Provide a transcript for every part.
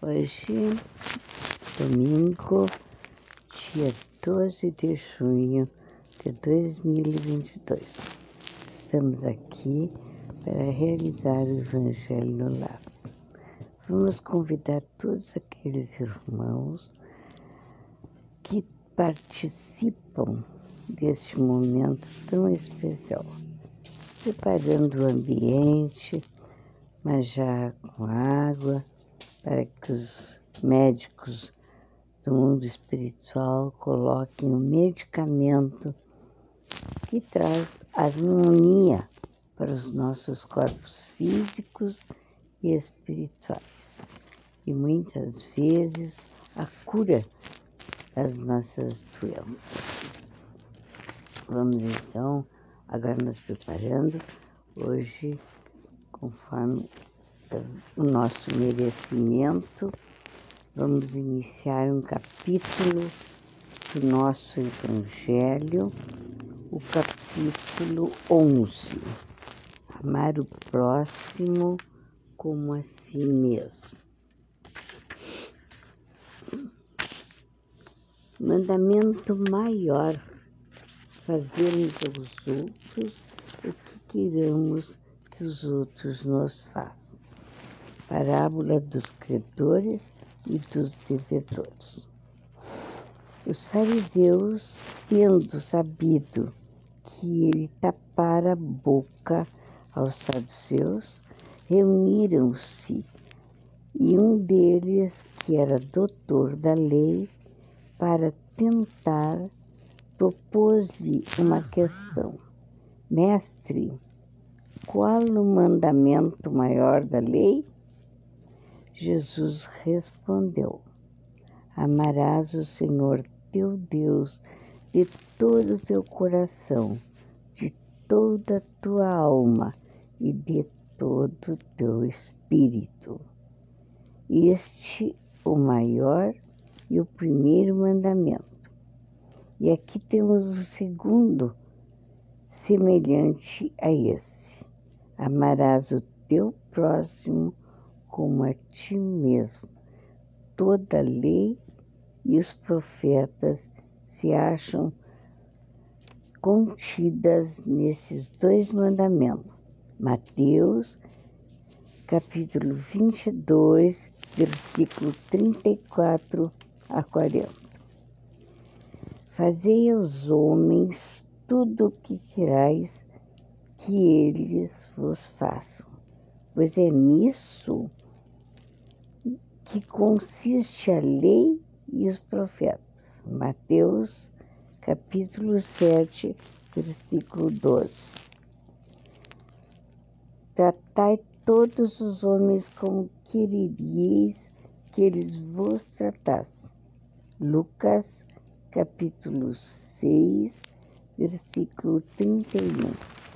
Hoje, domingo, dia 12 de junho de 2022. Estamos aqui para realizar o Evangelho no Lar. Vamos convidar todos aqueles irmãos que participam deste momento tão especial, preparando o ambiente, mas já com água, para que os médicos do mundo espiritual coloquem um medicamento que traz harmonia para os nossos corpos físicos e espirituais. E muitas vezes a cura das nossas doenças. Vamos então agora nos preparando hoje, conforme o nosso merecimento. Vamos iniciar um capítulo do nosso Evangelho, o capítulo 11. Amar o próximo como a si mesmo. Mandamento maior: fazermos aos outros o que queremos que os outros nos façam. Parábola dos credores e dos devedores. Os fariseus, tendo sabido que ele tapara a boca aos saduceus, reuniram-se, e um deles, que era doutor da lei, para tentar, propôs-lhe uma questão: Mestre, qual o mandamento maior da lei? Jesus respondeu: Amarás o Senhor teu Deus de todo o teu coração, de toda a tua alma e de todo o teu espírito. Este o maior e o primeiro mandamento. E aqui temos o segundo, semelhante a esse: amarás o teu próximo como a ti mesmo. Toda a lei e os profetas se acham contidas nesses dois mandamentos. Mateus, capítulo 22, versículo 34 a 40. Fazei aos homens tudo o que querais que eles vos façam, pois é nisso que consiste a lei e os profetas. Mateus, capítulo 7, versículo 12. Tratai todos os homens como quereríeis que eles vos tratassem. Lucas, capítulo 6, versículo 31.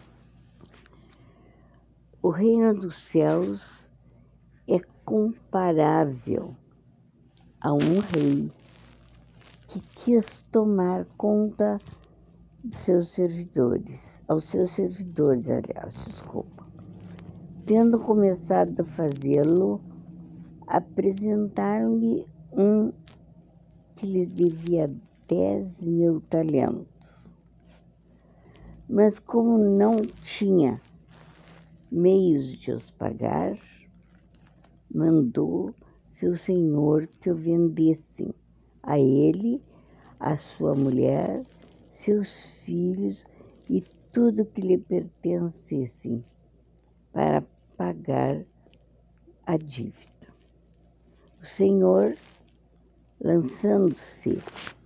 O reino dos céus é comparável a um rei que quis tomar conta dos seus servidores, desculpa. Tendo começado a fazê-lo, apresentaram-lhe um que lhes devia 10.000 talentos. Mas como não tinha meios de os pagar, mandou seu senhor que o vendessem, a ele, a sua mulher, seus filhos e tudo que lhe pertencessem, para pagar a dívida. O Senhor, lançando-se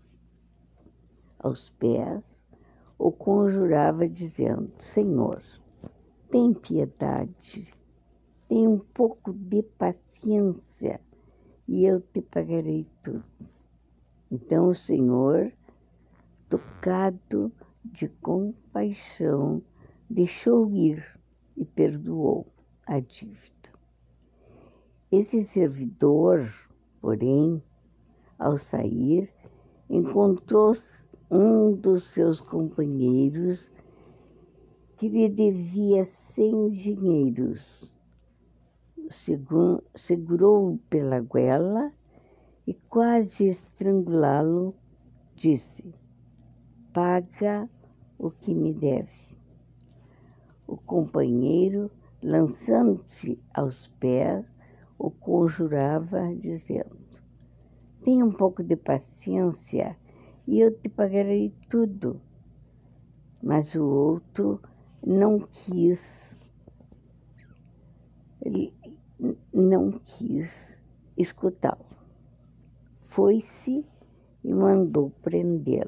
aos pés, o conjurava, dizendo: Senhor, tem piedade, tem um pouco de paciência, e eu te pagarei tudo. Então o Senhor, tocado de compaixão, deixou ir e perdoou a dívida. Esse servidor, porém, ao sair, encontrou um dos seus companheiros que lhe devia 100 dinheiros segurou-o pela goela e, quase estrangulá-lo, disse: paga o que me deve. O companheiro, lançando-se aos pés, o conjurava, dizendo: tenha um pouco de paciência e eu te pagarei tudo. Mas o outro não quis, ele não quis escutá-lo. Foi-se e mandou prendê-lo,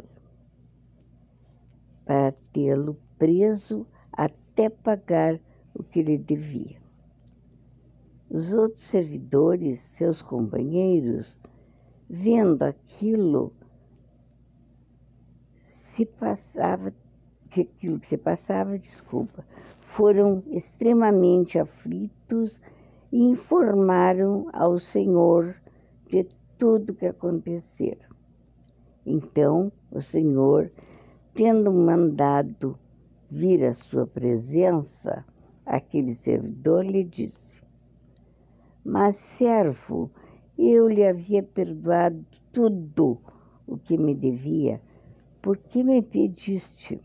para tê-lo preso até pagar o que lhe devia. Os outros servidores, seus companheiros, vendo aquilo aquilo que se passava, foram extremamente aflitos e informaram ao Senhor de tudo o que acontecera. Então, o Senhor, tendo mandado vir à sua presença, aquele servidor lhe disse: mas, servo, eu lhe havia perdoado tudo o que me devia. Por que me pediste?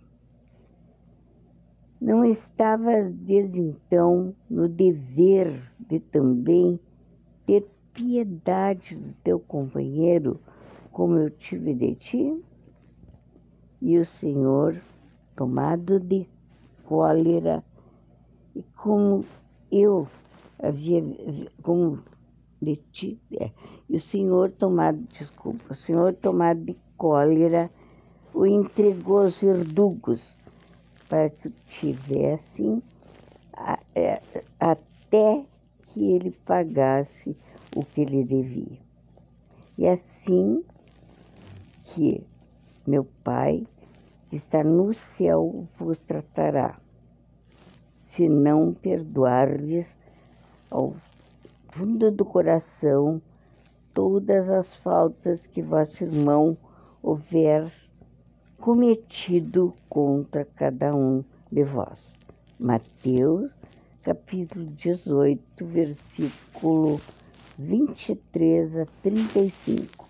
Não estavas desde então no dever de também ter piedade do teu companheiro, como eu tive de ti? E o Senhor, tomado de cólera, e eu havia, como de ti, e o Senhor o Senhor tomado de cólera, o entregou aos verdugos, para que tivessem até que ele pagasse o que lhe devia. E assim que meu Pai, que está no céu, vos tratará, se não perdoardes ao fundo do coração todas as faltas que vosso irmão houver cometido contra cada um de vós. Mateus, capítulo 18, versículo 23 a 35.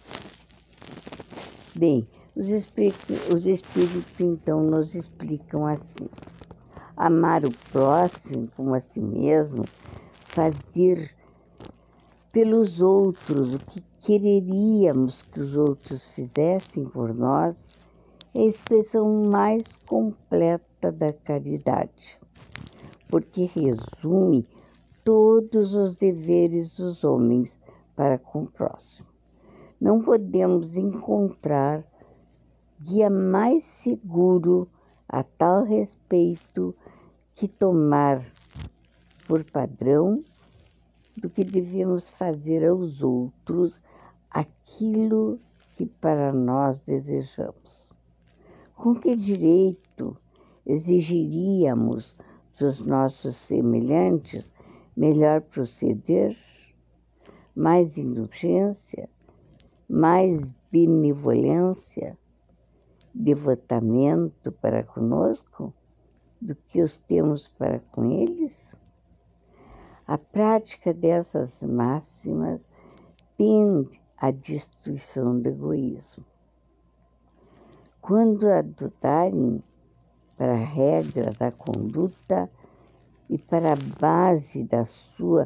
Bem, os Espíritos, então, nos explicam assim: amar o próximo como a si mesmo, fazer pelos outros o que quereríamos que os outros fizessem por nós, é a expressão mais completa da caridade, porque resume todos os deveres dos homens para com o próximo. Não podemos encontrar guia mais seguro a tal respeito que tomar por padrão do que devemos fazer aos outros aquilo que para nós desejamos. Com que direito exigiríamos dos nossos semelhantes melhor proceder, mais indulgência, mais benevolência, devotamento para conosco do que os temos para com eles? A prática dessas máximas tende à destruição do egoísmo. Quando adotarem para a regra da conduta e para a base das suas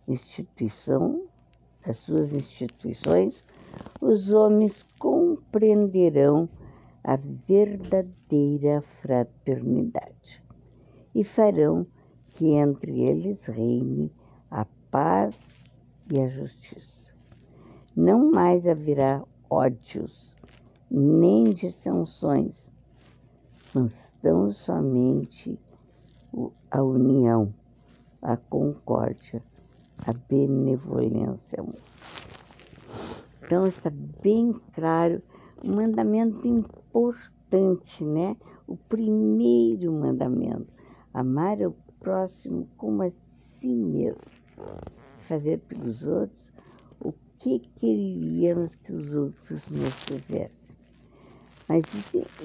instituições, os homens compreenderão a verdadeira fraternidade e farão que entre eles reine a paz e a justiça. Não mais haverá ódios, nem dissensões, mas tão somente a união, a concórdia, a benevolência. Então está bem claro, um mandamento importante, né? O primeiro mandamento: amar o próximo como a si mesmo. Fazer pelos outros o que queríamos que os outros nos fizessem. Mas isso é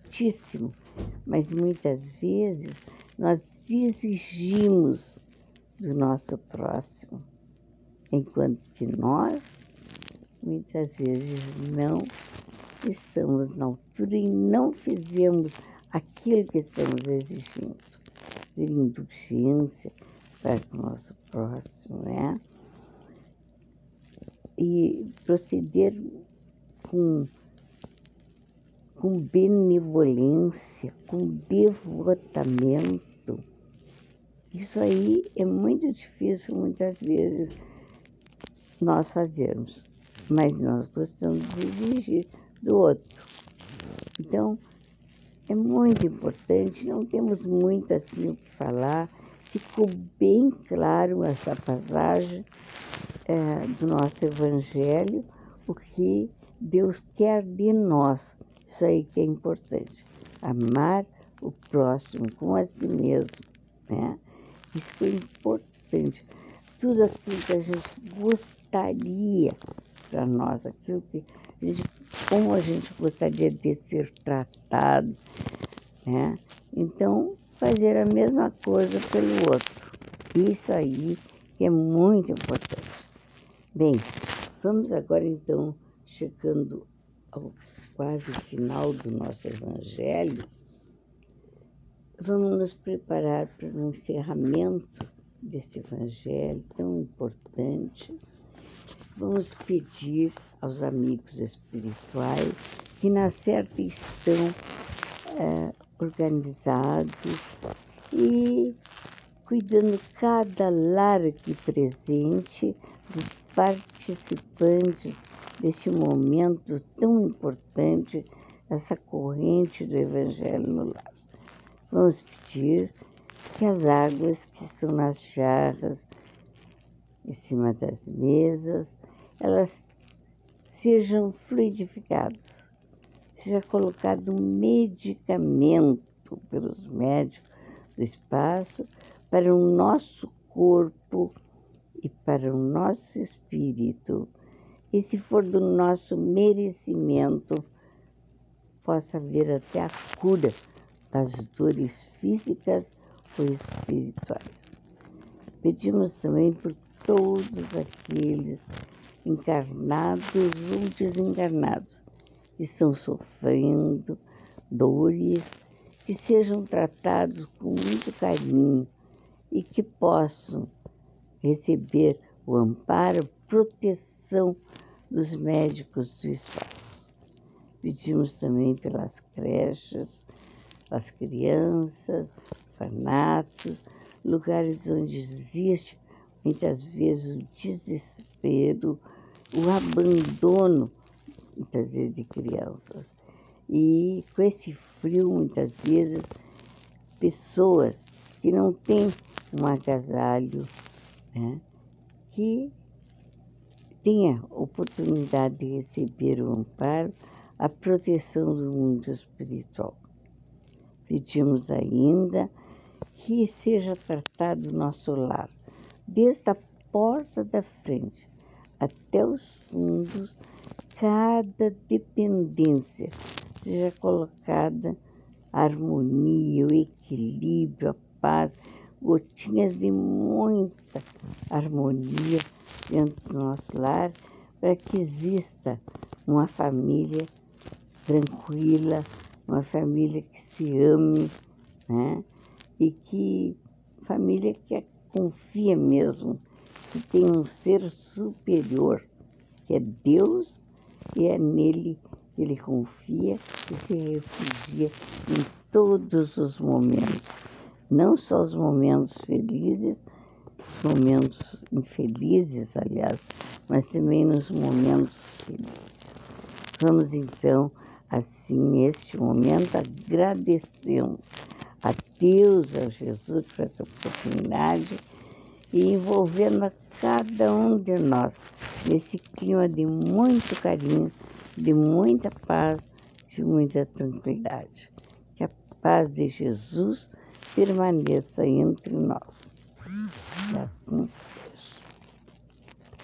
importantíssimo. Mas muitas vezes nós exigimos do nosso próximo, enquanto que nós, muitas vezes, não estamos na altura e não fizemos aquilo que estamos exigindo. Ter indulgência para com o nosso próximo, né? E proceder com benevolência, com devotamento. Isso aí é muito difícil, muitas vezes, nós fazermos, mas nós gostamos de exigir do outro. Então, é muito importante, não temos muito assim o que falar, ficou bem claro essa passagem do nosso Evangelho, o que Deus quer de nós. Isso aí que é importante. Amar o próximo como a si mesmo, né? Isso é importante. Tudo aquilo que a gente gostaria para nós, aquilo que como a gente gostaria de ser tratado, né? Então, fazer a mesma coisa pelo outro. Isso aí que é muito importante. Bem, vamos agora então, chegando ao quase final do nosso Evangelho, vamos nos preparar para o encerramento desse Evangelho tão importante. Vamos pedir aos amigos espirituais que na certa estão organizados e cuidando cada lar aqui presente dos participantes deste momento tão importante, essa corrente do Evangelho no lar. Vamos pedir que as águas que estão nas jarras, em cima das mesas, elas sejam fluidificadas, seja colocado um medicamento pelos médicos do espaço para o nosso corpo e para o nosso espírito. E se for do nosso merecimento, possa haver até a cura das dores físicas ou espirituais. Pedimos também por todos aqueles encarnados ou desencarnados que estão sofrendo dores, que sejam tratados com muito carinho e que possam receber o amparo, proteção dos médicos do espaço. Pedimos também pelas creches, as crianças, orfanatos, lugares onde existe muitas vezes o desespero, o abandono, muitas vezes, de crianças. E com esse frio, muitas vezes, pessoas que não têm um agasalho, né, que tenha oportunidade de receber o amparo, a proteção do mundo espiritual. Pedimos ainda que seja tratado o nosso lar, desde a porta da frente até os fundos, cada dependência seja colocada a harmonia, o equilíbrio, a paz, gotinhas de muita harmonia dentro do nosso lar, para que exista uma família tranquila, uma família que se ame, né? E que família que confia mesmo, que tem um ser superior, que é Deus, e é nele que ele confia e se refugia em todos os momentos. Não só os momentos felizes, os momentos infelizes, aliás, mas também nos momentos felizes. Vamos então, assim, neste momento, agradecemos a Deus, a Jesus, por essa oportunidade e envolvendo a cada um de nós nesse clima de muito carinho, de muita paz, de muita tranquilidade. Que a paz de Jesus permaneça entre nós. E assim